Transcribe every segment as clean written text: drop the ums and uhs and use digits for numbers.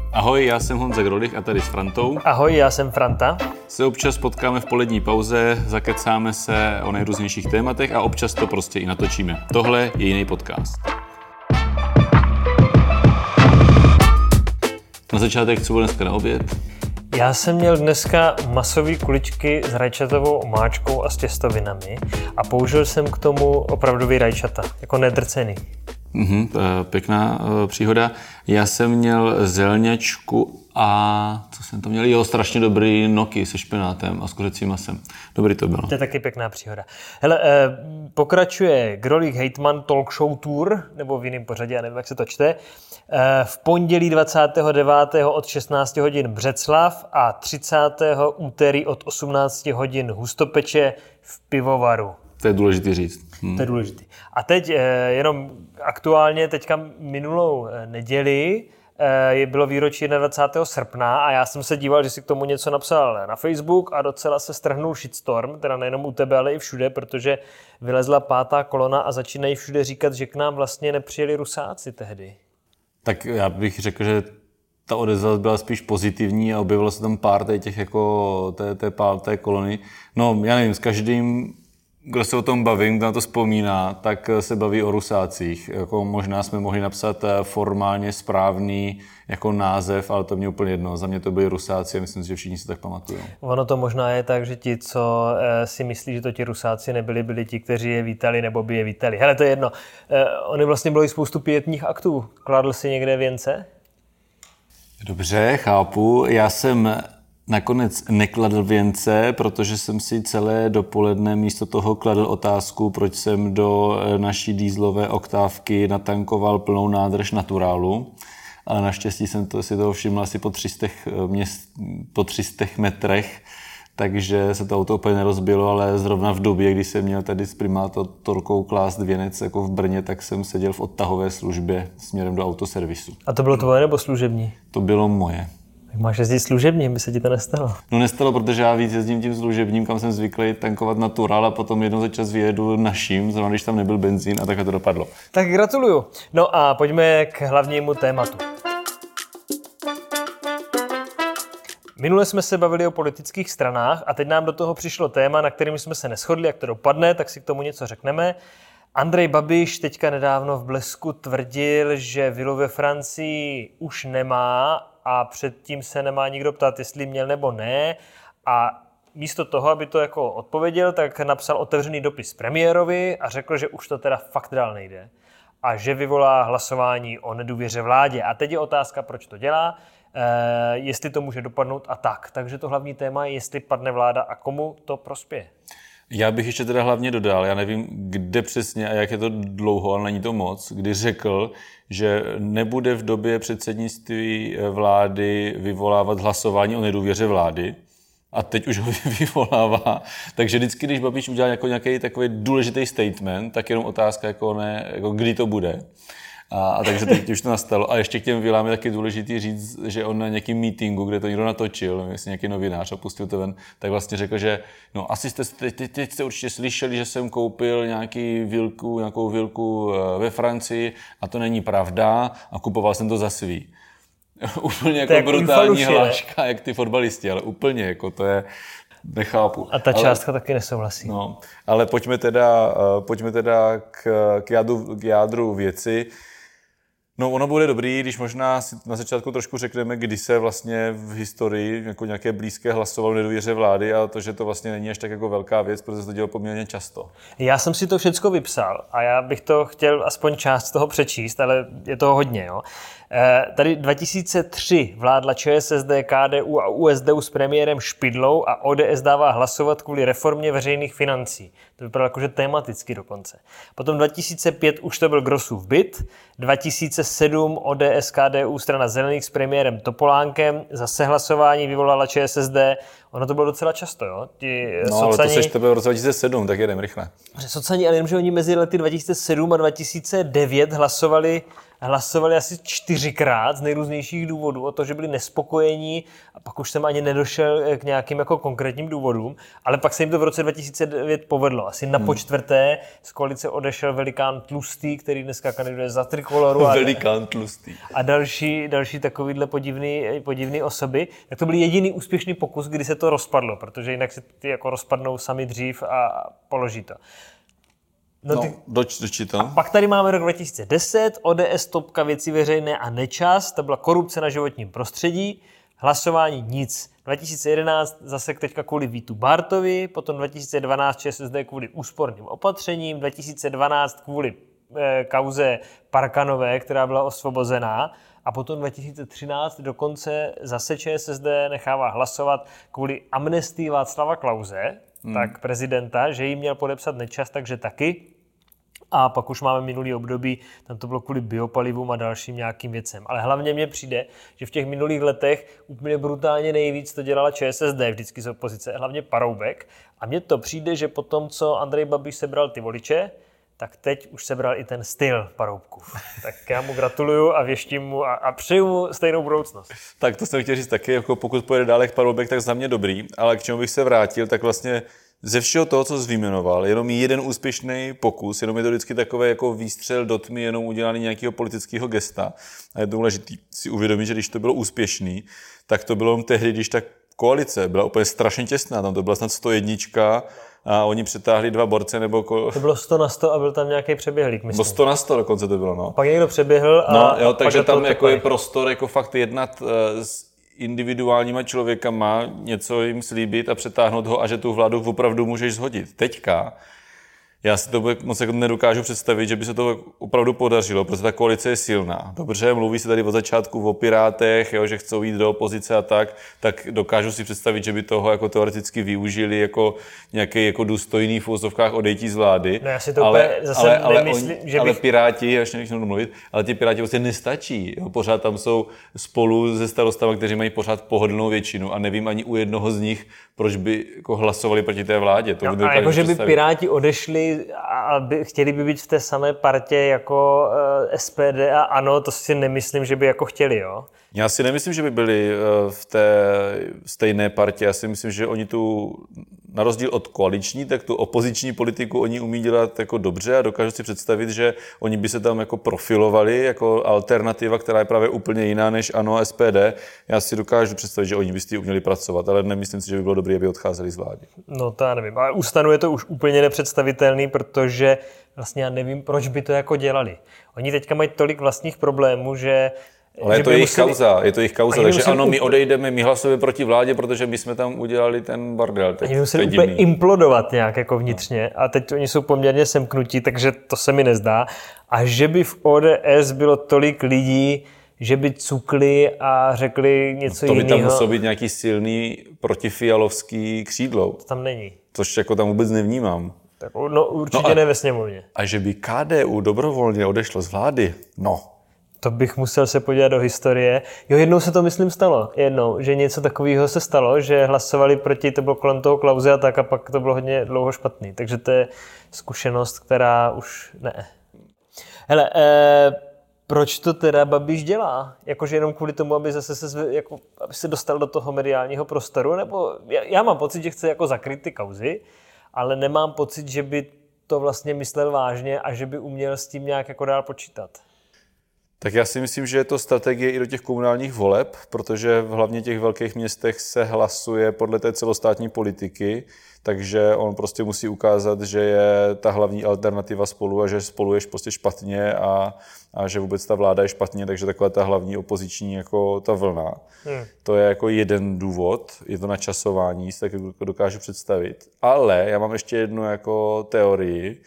Ahoj, já jsem Honza Grolich a tady s Frantou. Ahoj, já jsem Franta. Se občas potkáme v polední pauze, zakecáme se o nejrůznějších tématech a občas to prostě i natočíme. Tohle je jiný podcast. Na začátek, co bylo dneska na oběd? Já jsem měl dneska masové kuličky s rajčatovou omáčkou a s těstovinami a použil jsem k tomu opravdový rajčata, jako nedrcený. Pěkná příhoda. Já jsem měl zelňačku a co jsem to měl? Jo, strašně dobrý gnocchi se špenátem a s kuřecím masem. Dobrý to bylo. To je taky pěkná příhoda. Hele, pokračuje Grolich Hejtman Talk Show Tour, nebo v jiném pořadě, já nevím, jak se to čte. V pondělí 29. od 16 hodin Břeclav a 30. úterý od 18 hodin Hustopeče v Pivovaru. To je důležitý říct. To je důležitý. A teď jenom aktuálně, teďka minulou neděli bylo výročí 21. srpna a já jsem se díval, že si k tomu něco napsal na Facebook a docela se strhnul shitstorm, teda nejenom u tebe, ale i všude, protože vylezla 5. kolona a začínají všude říkat, že k nám vlastně nepřijeli Rusáci tehdy. Tak já bych řekl, že ta odezva byla spíš pozitivní a objevilo se tam pár těch jako té 5. kolony. No, já nevím, s každým, kdo se o tom bavím, kdo na to vzpomíná, tak se baví o Rusácích. Jako možná jsme mohli napsat formálně správný jako název, ale to mě úplně jedno. Za mě to byli Rusáci a myslím si, že všichni se tak pamatují. Ono to možná je tak, že ti, co si myslí, že to ti Rusáci nebyli, byli ti, kteří je vítali nebo by je vítali. Hele, to je jedno. Oni vlastně bylo i spoustu pietních aktů. Kladl si někde věnce? Dobře, chápu. Já jsem nakonec nekladl věnce, protože jsem si celé dopoledne místo toho kladl otázku, proč jsem do naší dieselové oktávky natankoval plnou nádrž Naturálu. Ale naštěstí jsem si toho všiml asi po 300 metrech, takže se to auto úplně nerozbilo, ale zrovna v době, kdy jsem měl tady s primátorkou klást věnec jako v Brně, tak jsem seděl v odtahové službě směrem do autoservisu. A to bylo tvoje nebo služební? To bylo moje. Jak máš jezdit služebním, by se ti to nestalo? No nestalo, protože já víc jezdím tím služebním, kam jsem zvyklý tankovat Natural a potom jednou za čas vyjedu naším, zrovna když tam nebyl benzín a takhle to dopadlo. Tak gratuluju. No a pojďme k hlavnímu tématu. Minule jsme se bavili o politických stranách a teď nám do toho přišlo téma, na kterým jsme se neshodli, jak to dopadne, tak si k tomu něco řekneme. Andrej Babiš teďka nedávno v Blesku tvrdil, že vilu ve Francii už nemá a předtím se nemá nikdo ptát, jestli měl nebo ne. A místo toho, aby to jako odpověděl, tak napsal otevřený dopis premiérovi a řekl, že už to teda fakt dál nejde. A že vyvolá hlasování o nedůvěře vládě. A teď je otázka, proč to dělá, jestli to může dopadnout a tak. Takže to hlavní téma je, jestli padne vláda a komu to prospěje. Já bych ještě teda hlavně dodal, já nevím, kde přesně a jak je to dlouho, ale není to moc, kdy řekl, že nebude v době předsednictví vlády vyvolávat hlasování o nedůvěře vlády. A teď už ho vyvolává. Takže vždycky, když Babiš udělá jako nějaký takový důležitý statement, tak jenom otázka, jako kdy to bude. A takže teď už to nastalo. A ještě k těm vilám je taky důležitý říct, že on na nějakém meetingu, kde to někdo natočil, jestli nějaký novinář a pustil to ven, tak vlastně řekl, že no asi teď jste určitě slyšeli, že jsem koupil nějakou vilku ve Francii a to není pravda a kupoval jsem to za svý. Úplně jako brutální hláška, jak ty fotbalisti, ale úplně jako to je, nechápu. A ta částka taky nesouhlasí. No, ale pojďme teda k jádru věci. No, ono bude dobrý, když možná si na začátku trošku řekneme, kdy se vlastně v historii jako nějaké blízké hlasovalo nedůvěře vlády a to, že to vlastně není až tak jako velká věc, protože se to dělo poměrně často. Já jsem si to všecko vypsal a já bych to chtěl aspoň část z toho přečíst, ale je toho hodně, jo. Tady 2003 vládla ČSSD, KDU a USDU s premiérem Špidlou a ODS dává hlasovat kvůli reformě veřejných financí. To vypadalo jakože tematicky dokonce. Potom 2005 už to byl Grossův byt, 2007 ODS, KDU, strana zelených s premiérem Topolánkem, zase hlasování vyvolala ČSSD. Ono to bylo docela často, jo? Ale to seš tebe v roce 2007, tak jedem rychle. Socani, ale jenomže oni mezi lety 2007 a 2009 hlasovali hlasovali asi 4krát z nejrůznějších důvodů o to, že byli nespokojení a pak už jsem ani nedošel k nějakým jako konkrétním důvodům, ale pak se jim to v roce 2009 povedlo. Asi na počtvrté z koalice odešel velikán Tlustý, který dneska kandiduje za Trikoloru. Velikán Tlustý. A další takovýhle podivný osoby. Tak to byl jediný úspěšný pokus, kdy se to rozpadlo, protože jinak se ty jako rozpadnou sami dřív a položí to. Dočti to. A pak tady máme rok 2010, ODS, Topka, Věci veřejné a Nečas, to byla korupce na životním prostředí, hlasování nic. 2011 zase teďka kvůli Vítu Bártovi, potom 2012 ČSSD kvůli úsporným opatřením, 2012 kvůli kauze Parkanové, která byla osvobozená, a potom 2013 dokonce zase ČSSD nechává hlasovat kvůli amnestii Václava Klause, tak prezidenta, že jí měl podepsat Nečas, takže taky. A pak už máme minulý období, tam to bylo kvůli biopalivům a dalším nějakým věcem. Ale hlavně mně přijde, že v těch minulých letech úplně brutálně nejvíc to dělala ČSSD vždycky z opozice, hlavně Paroubek. A mně to přijde, že po tom, co Andrej Babiš sebral ty voliče, tak teď už sebral i ten styl Paroubkův. Tak já mu gratuluju a věštím mu a přeju mu stejnou budoucnost. Tak to jsem chtěl říct taky, jako pokud pojede dále k Paroubek, tak za mě dobrý, ale k čemu bych se vrátil, tak vlastně ze všeho toho, co jsi vyjmenoval, jenom jeden úspěšný pokus, jenom je to vždycky takové jako výstřel do tmy, jenom udělání nějakého politického gesta. A je důležité si uvědomit, že když to bylo úspěšný, tak to bylo tehdy, když ta koalice byla úplně strašně těsná, tam to byla snad 101 a oni přetáhli 2 borce nebo... To bylo 100 na 100 a byl tam nějaký přeběhlík, myslím. Bylo 100 na 100 dokonce to bylo, no. Pak někdo přeběhl a... No, jo, takže tam jako je prostor jako fakt jednat s individuálníma člověkama, něco jim slíbit a přetáhnout ho a že tu vládu opravdu můžeš shodit. Teďka já si to moc jako nedokážu představit, že by se to opravdu podařilo, protože ta koalice je silná. Dobře, mluví se tady od začátku o Pirátech, jo, že chcou jít do opozice a tak dokážu si představit, že by toho jako teoreticky využili jako nějaký jako důstojný v úvozovkách odejtí z vlády. No já si to úplně zase nemyslím, že bych... Ale Piráti, až nechci mluvit, ale ti Piráti vlastně nestačí. Jo. Pořád tam jsou spolu se starostama, kteří mají pořád pohodlnou většinu a nevím ani u jednoho z nich, proč by jako hlasovali proti té vládě. To a jako, že by Piráti odešli a chtěli by být v té samé partě jako SPD a ANO, to si nemyslím, že by jako chtěli, jo? Já si nemyslím, že by byli v té stejné partě. Já si myslím, že oni tu, na rozdíl od koaliční, tak tu opoziční politiku oni umí dělat jako dobře a dokážu si představit, že oni by se tam jako profilovali jako alternativa, která je právě úplně jiná než ANO a SPD. Já si dokážu představit, že oni by s tím uměli pracovat, ale nemyslím si, že by bylo dobré, aby odcházeli z vlády. No to já nevím. A u STANu je to už úplně nepředstavitelný, protože vlastně já nevím, proč by to jako dělali. Oni teďka mají tolik vlastních problémů, že... Ale je to jejich kauza, takže ano, my odejdeme, my hlasujeme proti vládě, protože my jsme tam udělali ten bordel. Oni museli úplně implodovat nějak jako vnitřně a teď oni jsou poměrně semknutí, takže to se mi nezdá. A že by v ODS bylo tolik lidí, že by cukli a řekli něco jiného. To by tam muselo být nějaký silný protifialovský křídlo. To tam není. Což jako tam vůbec nevnímám. Tak, no určitě ne ve sněmovně. A že by KDU dobrovolně odešlo z vlády? No. To bych musel se podívat do historie. Jo, jednou se to, myslím, stalo. Jednou, že něco takového se stalo, že hlasovali proti, to bylo kolem toho Klause a tak a pak to bylo hodně dlouho špatný. Takže to je zkušenost, která už ne. Hele, proč to teda Babiš dělá? Jakože jenom kvůli tomu, aby zase aby se dostal do toho mediálního prostoru? Nebo já mám pocit, že chce jako zakryt ty kauzy, ale nemám pocit, že by to vlastně myslel vážně a že by uměl s tím nějak jako dál počítat. Tak já si myslím, že je to strategie i do těch komunálních voleb, protože v hlavně těch velkých městech se hlasuje podle té celostátní politiky, takže on prostě musí ukázat, že je ta hlavní alternativa Spolu a že Spolu je prostě špatně a že vůbec ta vláda je špatně, takže taková ta hlavní opoziční jako ta vlna. To je jako jeden důvod, je to načasování, si tak dokážu představit. Ale já mám ještě jednu jako teorii,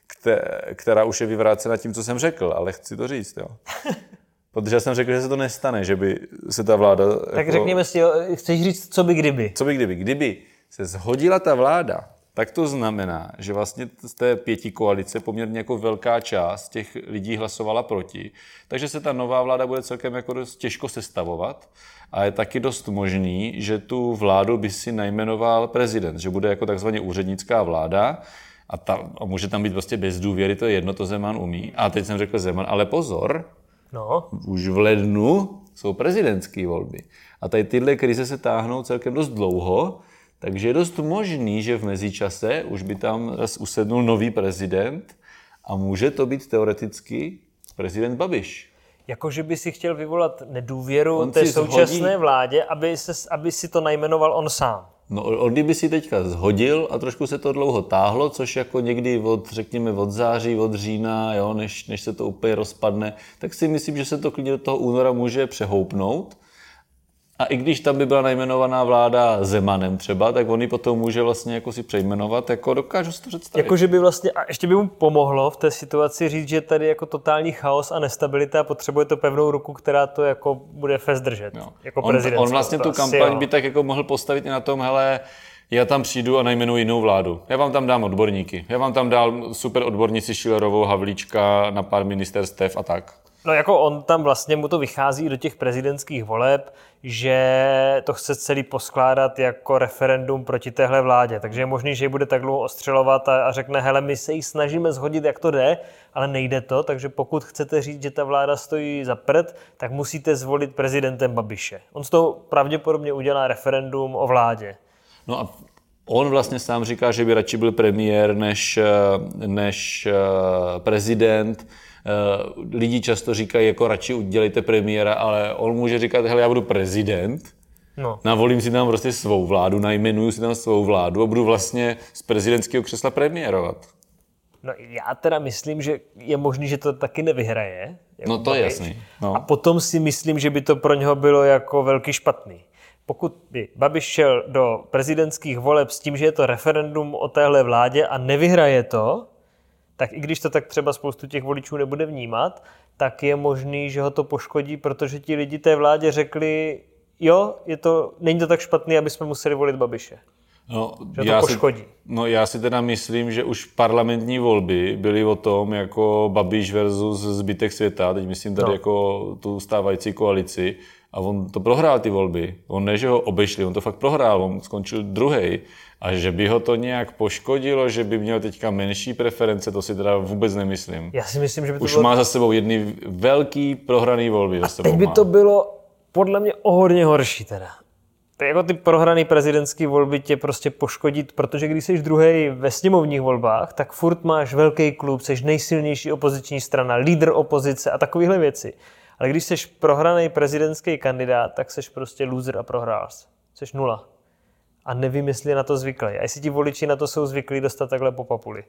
která už je vyvrácena tím, co jsem řekl, ale chci to říct, jo. Protože já jsem řekl, že se to nestane, že by se ta vláda... Tak jako... řekněme si, jo, chceš říct, co by kdyby? Co by kdyby? Kdyby se shodila ta vláda, tak to znamená, že vlastně z té pětikoalice poměrně jako velká část těch lidí hlasovala proti, takže se ta nová vláda bude celkem jako dost těžko sestavovat a je taky dost možný, že tu vládu by si najmenoval prezident, že bude jako takzvaně úřednická vláda, a může tam být prostě bez důvěry, to je jedno, to Zeman umí. A teď jsem řekl Zeman, ale pozor, No. Už v lednu jsou prezidentské volby. A tady tyhle krize se táhnou celkem dost dlouho, takže je dost možný, že v mezičase už by tam usednul nový prezident a může to být teoreticky prezident Babiš. Jakože by si chtěl vyvolat nedůvěru té současné vládě, aby si to najmenoval on sám. No, on kdyby si teďka zhodil a trošku se to dlouho táhlo, což jako někdy od září, od října, jo, než se to úplně rozpadne, tak si myslím, že se to klidně do toho února může přehoupnout. A i když tam by byla najmenovaná vláda Zemanem třeba, tak on ji potom může vlastně jako si přejmenovat, jako dokážu si to představit. Jakože by vlastně, a ještě by mu pomohlo v té situaci říct, že tady jako totální chaos a nestabilita, potřebuje to pevnou ruku, která to jako bude fest držet. Jo. Jako prezident. On vlastně tu kampaň by tak jako mohl postavit i na tom, hele, já tam přijdu a najmenuji jinou vládu. Já vám tam dám odborníky. Já vám tam dám super odborníci Schillerovou, Havlíčka na pár ministerstev a tak. No jako on tam vlastně mu to vychází do těch prezidentských voleb, že to chce celý poskládat jako referendum proti téhle vládě. Takže je možný, že ji bude tak dlouho ostřelovat a řekne, hele, my se jí snažíme shodit, jak to jde, ale nejde to, takže pokud chcete říct, že ta vláda stojí za prd, tak musíte zvolit prezidentem Babiše. On z toho pravděpodobně udělá referendum o vládě. No a on vlastně sám říká, že by radši byl premiér než prezident. Lidi často říkají, jako radši udělejte premiéra, ale on může říkat, hele, já budu prezident, navolím si tam prostě svou vládu, najmenuju si tam svou vládu a budu vlastně z prezidentského křesla premiérovat. No já teda myslím, že je možný, že to taky nevyhraje. No to je jasný. No. A potom si myslím, že by to pro něho bylo jako velký špatný. Pokud by Babiš šel do prezidentských voleb s tím, že je to referendum o téhle vládě a nevyhraje to, tak i když to tak třeba spoustu těch voličů nebude vnímat, tak je možný, že ho to poškodí, protože ti lidi té vládě řekli, jo, není to tak špatný, aby jsme museli volit Babiše. No, že to poškodí. Já si teda myslím, že už parlamentní volby byly o tom, jako Babiš versus zbytek světa, teď myslím tady jako tu stávající koalici, a on to prohrál ty volby. On ne, že ho obešli, on to fakt prohrál, on skončil druhej. A že by ho to nějak poškodilo, že by měl teďka menší preference, to si teda vůbec nemyslím. Já si myslím, že by to už má za sebou jedny velký prohraný volby. A teď by to bylo podle mě o hodně horší teda. Jako ty prohraný prezidentský volby tě prostě poškodí, protože když jsi druhý ve sněmovních volbách, tak furt máš velký klub, jsi nejsilnější opoziční strana, lídr opozice a takovéhle věci. Ale když jsi prohraný prezidentský kandidát, tak jsi prostě loser a prohrál. Jsi nula. A nevím, jestli je na to zvyklý. A jestli ti voliči na to jsou zvyklí dostat takhle po papuli.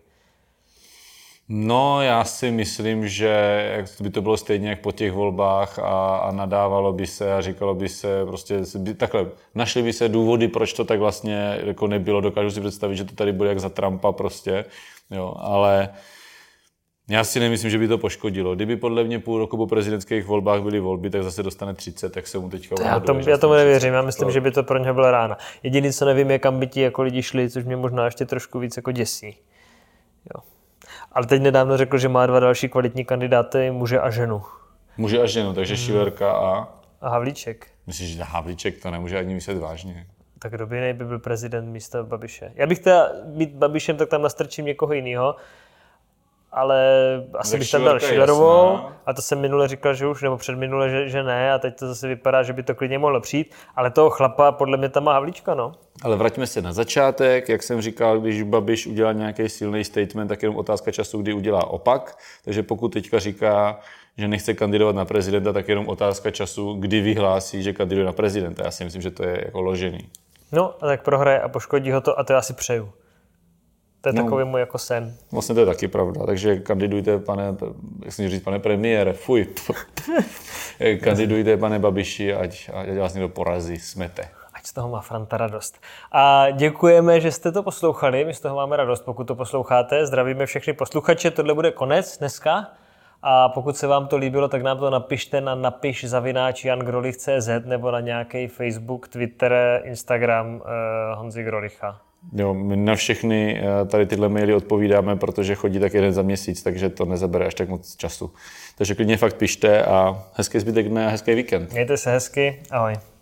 No, já si myslím, že by to bylo stejně jak po těch volbách a nadávalo by se a říkalo by se prostě takhle. Našly by se důvody, proč to tak vlastně jako nebylo. Dokážu si představit, že to tady bude jak za Trumpa prostě. Jo, ale já si nemyslím, že by to poškodilo. Kdyby podle mě půl roku po prezidentských volbách byly volby, tak zase dostane 30, tak se mu teďka odhaduje. Já tomu nevěřím, já myslím, že by to pro něho byla rána. Jediný, co nevím, je, kam by ti jako lidi šli, což mě možná ještě trošku víc jako děsí. Jo. Ale teď nedávno řekl, že má 2 další kvalitní kandidáty, muže a ženu. Muže a ženu, takže Schillerka a Havlíček. Myslíš, že Havlíček to nemůže ani myslet vážně? Tak kdo by nejby byl prezident místo Babiše? Já bych teda být Babišem, tak tam nastrčím někoho jiného. Ale asi bych tam dal Schillerovou a to jsem minule říkal, že už, nebo předminule, že ne a teď to zase vypadá, že by to klidně mohlo přijít, ale toho chlapa podle mě tam má Havlíčka, no. Ale vraťme se na začátek, jak jsem říkal, když Babiš udělá nějaký silný statement, tak jenom otázka času, kdy udělá opak, takže pokud teďka říká, že nechce kandidovat na prezidenta, tak jenom otázka času, kdy vyhlásí, že kandiduje na prezidenta. Já si myslím, že to je jako ložený. No, a tak prohraje a poškodí ho to a to já si přeju. To je takový můj jako sen. Vlastně to je taky pravda, takže kandidujte, pane premiére, fuj. Kandidujte, pane Babiši, ať vás někdo porazí, smete. Ať z toho má Franta radost. A děkujeme, že jste to poslouchali, my z toho máme radost, pokud to posloucháte. Zdravíme všechny posluchače, tohle bude konec dneska. A pokud se vám to líbilo, tak nám to napište na napiš@jangrolich.cz nebo na nějaký Facebook, Twitter, Instagram Honzy Grolicha. Jo, my na všechny tady tyhle maily odpovídáme, protože chodí tak 1 za měsíc, takže to nezabere až tak moc času. Takže klidně fakt pište a hezký zbytek dne a hezký víkend. Mějte se hezky, ahoj.